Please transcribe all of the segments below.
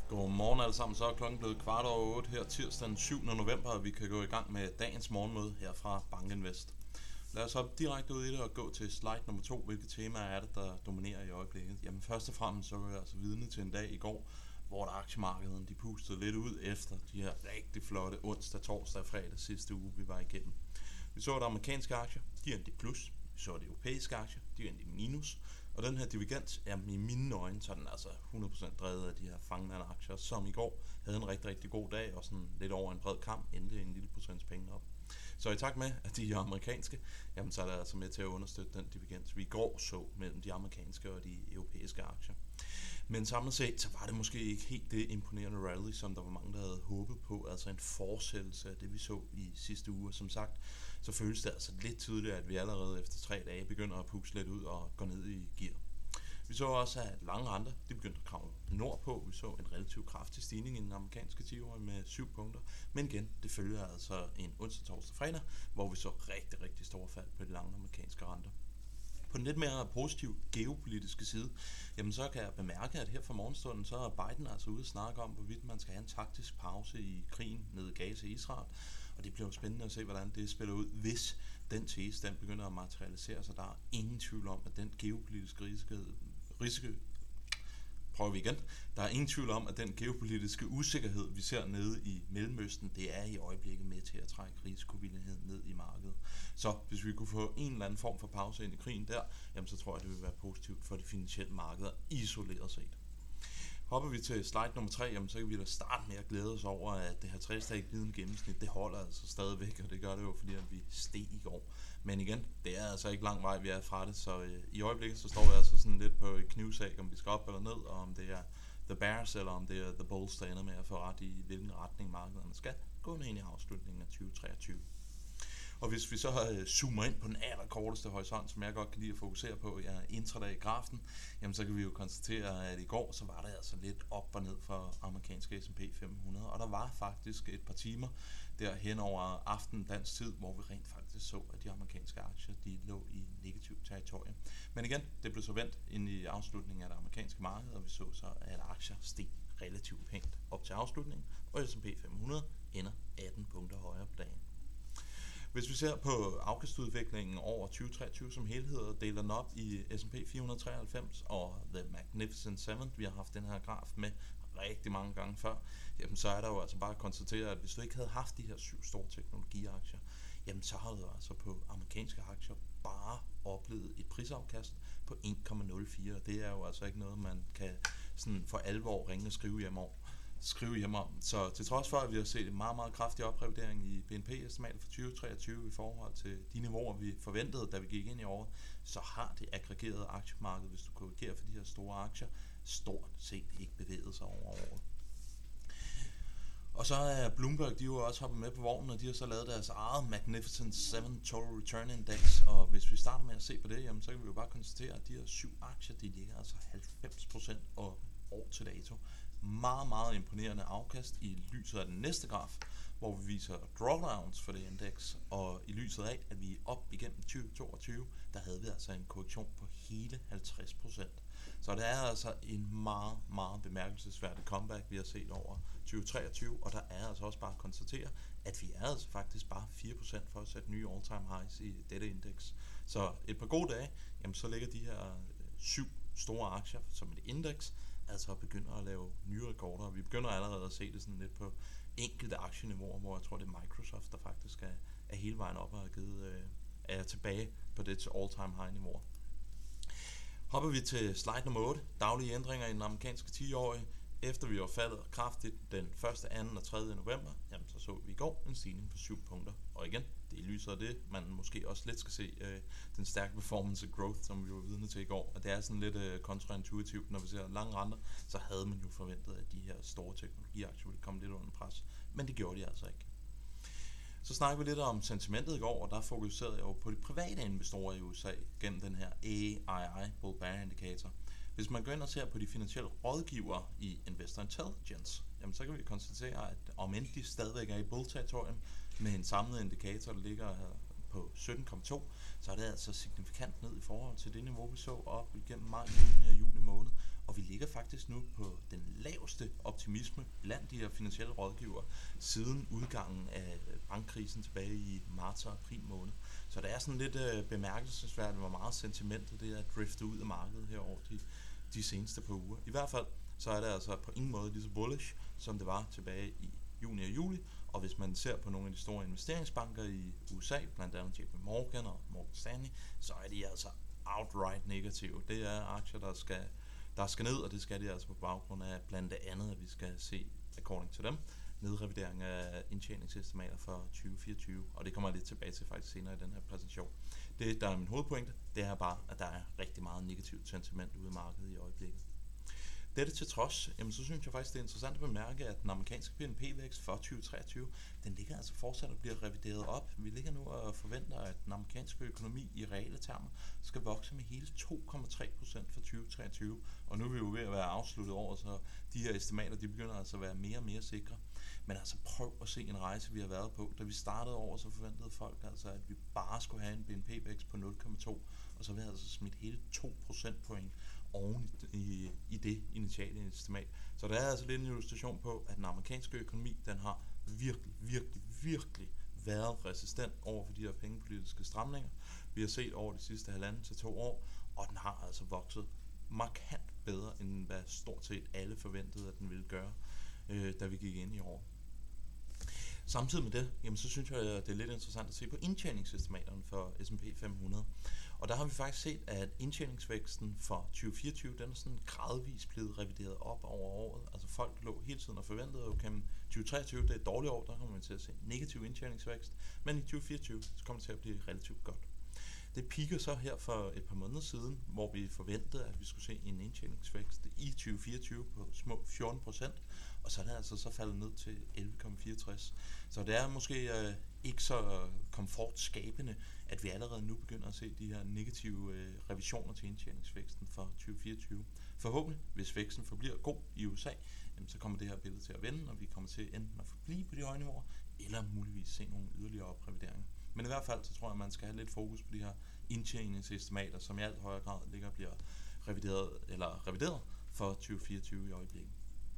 Godmorgen alle sammen, så er klokken blevet 7:15 her tirsdag den 7. november, og vi kan gå i gang med dagens morgenmøde her fra BankInvest. Lad os hoppe direkte ud i det og gå til slide nummer 2. Hvilke temaer er det, der dominerer i øjeblikket? Jamen først og fremmest så var jeg altså vidne til en dag i går, hvor der aktiemarkederne de pustede lidt ud efter de her rigtig flotte onsdag, torsdag og fredag sidste uge, vi var igennem. Vi så, at amerikanske aktier, de endte i plus. Vi så, at europæiske aktier, de endte i minus. Og den her divergens er i mine øjne, så er den altså 100% drevet af de her fangende aktier, som i går havde en rigtig, rigtig god dag, og sådan lidt over en bred kamp, endte en lille procents penge op. Så i takt med, at de er amerikanske, jamen så er det altså med til at understøtte den divergens, vi i går så mellem de amerikanske og de europæiske aktier. Men samlet set, så var det måske ikke helt det imponerende rally, som der var mange, der havde håbet på, altså en fortsættelse af det, vi så i sidste uge. Som sagt, så føles det altså lidt tydeligt, at vi allerede efter 3 dage begynder at puste lidt ud og gå ned i gear. Vi så også, at lange renter, de begyndte at kravle nordpå. Vi så en relativt kraftig stigning i den amerikanske 10-årige med 7 punkter. Men igen, det følger altså en onsdag, torsdag, fredag, hvor vi så rigtig, rigtig store fald på de lange amerikanske renter. På den lidt mere positive geopolitiske side, jamen så kan jeg bemærke, at her fra morgenstunden, så er Biden altså ude at snakke om, hvorvidt man skal have en taktisk pause i krigen nede i Gaza i Israel. Og det bliver jo spændende at se, hvordan det spiller ud, hvis den tese, den begynder at materialisere sig. Der er ingen tvivl om, at den geopolitiske Der er ingen tvivl om, at den geopolitiske usikkerhed, vi ser nede i Mellemøsten, det er i øjeblikket med til at trække risikovilligheden ned i markedet. Så hvis vi kunne få en eller anden form for pause ind i krigen der, jamen så tror jeg, det vil være positivt for de finansielle markeder isoleret set. Hopper vi til slide nummer 3, jamen så kan vi da starte med at glæde os over, at det her 3-dages glidende gennemsnit, det holder altså stadigvæk, og det gør det jo, fordi at vi steg i går. Men igen, det er altså ikke lang vej, vi er fra det, så i øjeblikket så står vi altså sådan lidt på et knivsæg, om vi skal op eller ned, og om det er The Bears, eller om det er The Bulls, der ender med at få ret i, hvilken retning markederne skal gå ind i afslutningen af 2023. Og hvis vi så zoomer ind på den allerkorteste horisont, som jeg godt kan lide at fokusere på, intradag-grafen, jamen så kan vi jo konstatere, at i går så var der altså lidt op og ned for amerikanske S&P 500, og der var faktisk et par timer der hen over aften dansk tid, hvor vi rent faktisk så, at de amerikanske aktier, de lå i negativt territorium. Men igen, det blev så vendt ind i afslutningen af det amerikanske marked, og vi så så, at aktier steg relativt pænt op til afslutningen, og S&P 500 ender 18 punkter højere på dagen. Hvis vi ser på afkastudviklingen over 2023 som helhed og deler den op i S&P 493 og The Magnificent Seven, vi har haft den her graf med rigtig mange gange før, jamen så er der jo altså bare at konstatere, at hvis du ikke havde haft de her 7 store teknologiaktier, jamen så har du altså på amerikanske aktier bare oplevet et prisafkast på 1,04. Det er jo altså ikke noget, man kan sådan for alvor ringe og skrive hjem om. Så til trods for, at vi har set en meget, meget kraftig oprevidering i BNP-estimatet for 2023 i forhold til de niveauer, vi forventede, da vi gik ind i året, så har det aggregerede aktiemarked, hvis du korrigerer for de her store aktier, stort set ikke bevæget sig over året. Og så er Bloomberg, de jo også hoppet med på vognen, og de har så lavet deres eget Magnificent 7 Total Return Index, og hvis vi starter med at se på det, jamen så kan vi jo bare konstatere, at de her 7 aktier, de ligger altså 90% op år til dato. Meget, meget imponerende afkast i lyset af den næste graf, hvor vi viser drawdowns for det indeks, og i lyset af, at vi er op igennem 2022, der havde vi altså en korrektion på hele 50%. Så det er altså en meget, meget bemærkelsesværdig comeback, vi har set over 2023, og der er altså også bare at konstatere, at vi er altså faktisk bare 4% for at sætte nye all-time highs i dette indeks. Så et par gode dage, jamen så ligger de her 7 store aktier som et indeks, altså begynder at lave nye rekorder, og vi begynder allerede at se det sådan lidt på enkelte aktieniveauer, hvor jeg tror, det er Microsoft, der faktisk er hele vejen op og er tilbage på det til all-time high-niveauer. Hopper vi til slide nummer 8, daglige ændringer i den amerikanske 10-årige. Efter vi var faldet kraftigt den 1., 2. og 3. november, jamen så vi i går en stigning på 7 punkter. Og igen, det er i lyset af det, man måske også lidt skal se den stærke performance growth, som vi var vidne til i går. Og det er sådan lidt kontraintuitivt, når vi ser lange renter, så havde man jo forventet, at de her store teknologiaktier ville komme lidt under pres. Men det gjorde de altså ikke. Så snakker vi lidt om sentimentet i går, og der fokuserede jeg jo på de private investorer i USA gennem den her AII Bull Bear Indicator. Hvis man går ind og ser på de finansielle rådgivere i Investor Intelligence, jamen så kan vi konstatere, at om end de stadigvæk er i bull-territorium med en samlet indikator, der ligger på 17,2, så er det altså signifikant ned i forhold til det niveau, vi så op igennem maj, juni og juli måned, og vi ligger ligger faktisk nu på den laveste optimisme blandt de her finansielle rådgivere siden udgangen af bankkrisen tilbage i marts og april måned. Så det er sådan lidt bemærkelsesværdigt, hvor meget sentimentet det er driftet ud af markedet her over de seneste par uger. I hvert fald så er det altså på ingen måde lige så bullish, som det var tilbage i juni og juli. Og hvis man ser på nogle af de store investeringsbanker i USA, blandt andet JP Morgan og Morgan Stanley, så er de altså outright negative. Det er aktier, der skal ned, og det skal de altså på baggrund af blandt andet, at vi skal se, according til dem, nedrevidering af indtjeningsestimater for 2024, og det kommer jeg lidt tilbage til faktisk senere i den her præsentation. Det, der er min hovedpointe, det er bare, at der er rigtig meget negativt sentiment ude i markedet i øjeblikket. Dette til trods, jamen så synes jeg faktisk, det er interessant at bemærke, at den amerikanske BNP-vækst for 2023, den ligger altså fortsat og bliver revideret op. Vi ligger nu og forventer, at den amerikanske økonomi i reelle termer skal vokse med hele 2,3% for 2023. Og nu er vi jo ved at være afsluttet over, så de her estimater, de begynder altså at være mere og mere sikre. Men altså prøv at se en rejse, vi har været på. Da vi startede over, så forventede folk altså, at vi bare skulle have en BNP-vækst på 0,2, og så vil jeg altså smidt hele 2 procentpoint oven i det initiale estimat. Så der er altså lidt en illustration på, at den amerikanske økonomi, den har virkelig været resistent over for de her pengepolitiske stramninger. Vi har set over de sidste 1,5 til 2 år, og den har altså vokset markant bedre, end hvad stort set alle forventede, at den ville gøre, da vi gik ind i år. Samtidig med det, jamen, så synes jeg, at det er lidt interessant at se på indtjeningsestimaterne for S&P 500. Og der har vi faktisk set, at indtjeningsvæksten for 2024, den er sådan gradvist blevet revideret op over året. Altså folk lå hele tiden og forventede, at 2023 det er et dårligt år, der kommer vi til at se negativ indtjeningsvækst. Men i 2024 så kommer det til at blive relativt godt. Det piker så her for et par måneder siden, hvor vi forventede, at vi skulle se en indtjeningsvækst i 2024 på små 14%, og så er det altså så faldet ned til 11,64. Så det er måske ikke så komfortskabende, at vi allerede nu begynder at se de her negative revisioner til indtjeningsvæksten for 2024. Forhåbentlig, hvis væksten forbliver god i USA, så kommer det her billede til at vende, og vi kommer til enten at forblive på de høje niveauer, eller muligvis se nogle yderligere oprevideringer. Men i hvert fald, så tror jeg, at man skal have lidt fokus på de her indtjeningsestimater, som i alt højere grad ligger og bliver revideret for 2024 i øjeblikket.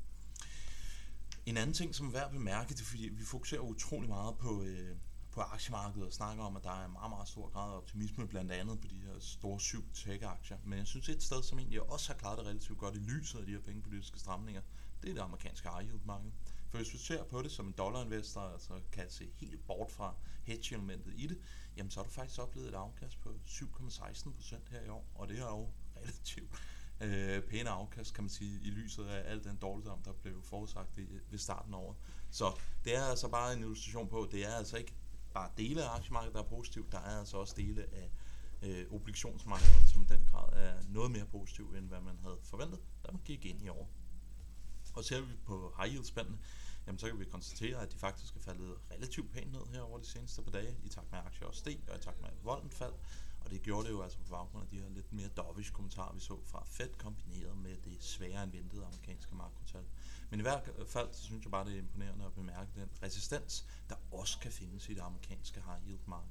En anden ting, som er værd at bemærke, det er, fordi vi fokuserer utrolig meget på aktiemarkedet og snakker om, at der er en meget, meget stor grad af optimisme, blandt andet på de her store 7 tech-aktier. Men jeg synes, et sted, som egentlig også har klaret det relativt godt i lyset af de her pengepolitiske stramninger, det er det amerikanske high yield marked. For hvis du ser på det som en dollarinvestor, altså kan se helt bort fra hedge-elementet i det, jamen så har du faktisk oplevet et afkast på 7,16% her i år, og det er jo relativt pæne afkast, kan man sige, i lyset af al den dårligdom, der blev forudsagt ved starten af året. Så det er altså bare en illustration på, det er altså ikke bare dele af aktiemarkedet, der er positivt, der er altså også dele af obligationsmarkedet, som i den grad er noget mere positiv, end hvad man havde forventet, da man gik ind i år. Og ser vi på high yield spændene, jamen så kan vi konstatere, at de faktisk er faldet relativt pænt ned her over de seneste par dage, i takt med aktier også steg, og i takt med volden faldt. Og det gjorde det jo altså på baggrund af de her lidt mere dovish kommentarer, vi så fra Fed, kombineret med det sværere end ventede amerikanske makrotal. Men i hvert fald, så synes jeg bare, det er imponerende at bemærke den resistens, der også kan findes i det amerikanske high yield marked.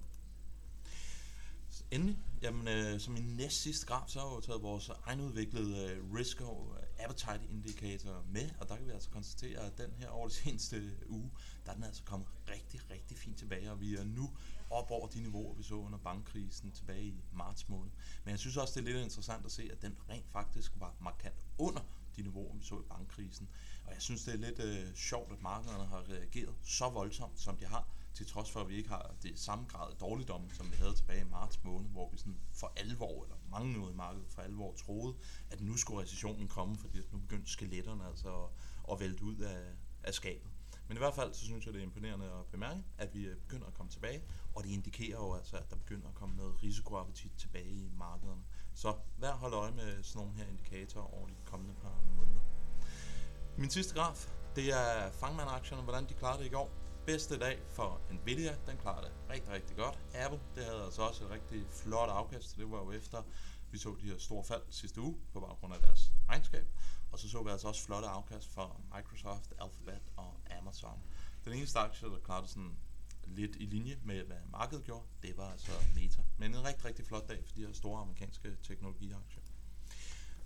Endelig, jamen, som en næst sidste graf, så har jeg jo taget vores egenudviklede risk appetite indicator med, og der kan vi altså konstatere, at den her over de seneste uge, der er den altså kommet rigtig fint tilbage, og vi er nu op over de niveauer, vi så under bankkrisen tilbage i marts måned. Men jeg synes også, det er lidt interessant at se, at den rent faktisk var markant under de niveauer, vi så i bankkrisen. Og jeg synes, det er lidt sjovt, at markederne har reageret så voldsomt, som de har, til trods for, at vi ikke har det samme grad af dårligdom, som vi havde tilbage i marts måned, hvor vi sådan for alvor, eller mange ude i markedet for alvor troede, at nu skulle recessionen komme, fordi nu begyndte skeletterne altså at vælte ud af skabet. Men i hvert fald, så synes jeg, det er imponerende at bemærke, at vi begynder at komme tilbage, og det indikerer jo altså, at der begynder at komme noget risikoappetit tilbage i markederne. Så vær holde øje med sådan nogle her indikatorer over de kommende par måneder. Min sidste graf, det er Fangmann-aktierne, hvordan de klarede det i går. Bedste dag for Nvidia, den klarede det rigtig godt. Apple, det havde altså også et rigtig flot afkast, det var jo efter, vi så de her store fald sidste uge på baggrund af deres regnskab. Og så vi altså også flotte afkast for Microsoft, Alphabet og Amazon. Den eneste aktie, der klarede sådan lidt i linje med, hvad markedet gjorde, det var altså Meta. Men en rigtig flot dag for de her store amerikanske teknologiaktier.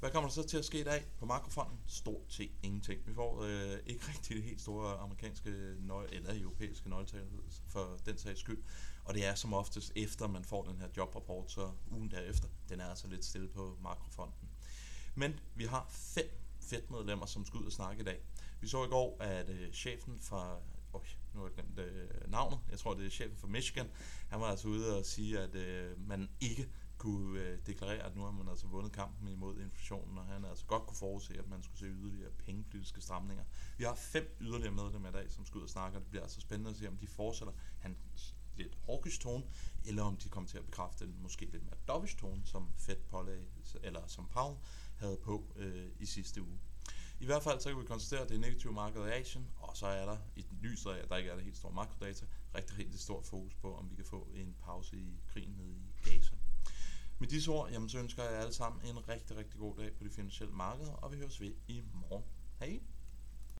Hvad kommer der så til at ske i dag på makrofronten? Stort set ingenting. Vi får ikke rigtig det helt store amerikanske eller europæiske nøgletal for den sags skyld. Og det er som oftest efter man får den her jobrapport, så ugen derefter, den er altså lidt stille på makrofronten. Men vi har 5 Fed-medlemmer, som skal ud og snakke i dag. Vi så i går, at chefen fra... nu har jeg glemt navnet. Jeg tror, det er chefen fra Michigan. Han var altså ude og sige, at man ikke kunne deklarere, at nu har man altså vundet kampen imod inflationen, og han altså godt kunne forudse, at man skulle se yderligere pengepolitiske stramninger. Vi har 5 yderligere medlemmer i dag, som skal ud og snakke, og det bliver altså spændende at se, om de fortsætter hans lidt hawkish tone, eller om de kommer til at bekræfte den måske lidt mere dovish tone, som Fed pålagde, eller som Powell havde på i sidste uge. I hvert fald så kan vi konstatere, at det er negative markeder i Asien, og så er der i lyset af, at der ikke er det helt store makrodata, rigtig stort fokus på, om vi kan få en pause i krigen nede i Gaza. Med disse ord, så ønsker jeg alle sammen en rigtig god dag på de finansielle markeder, og vi høres ved i morgen.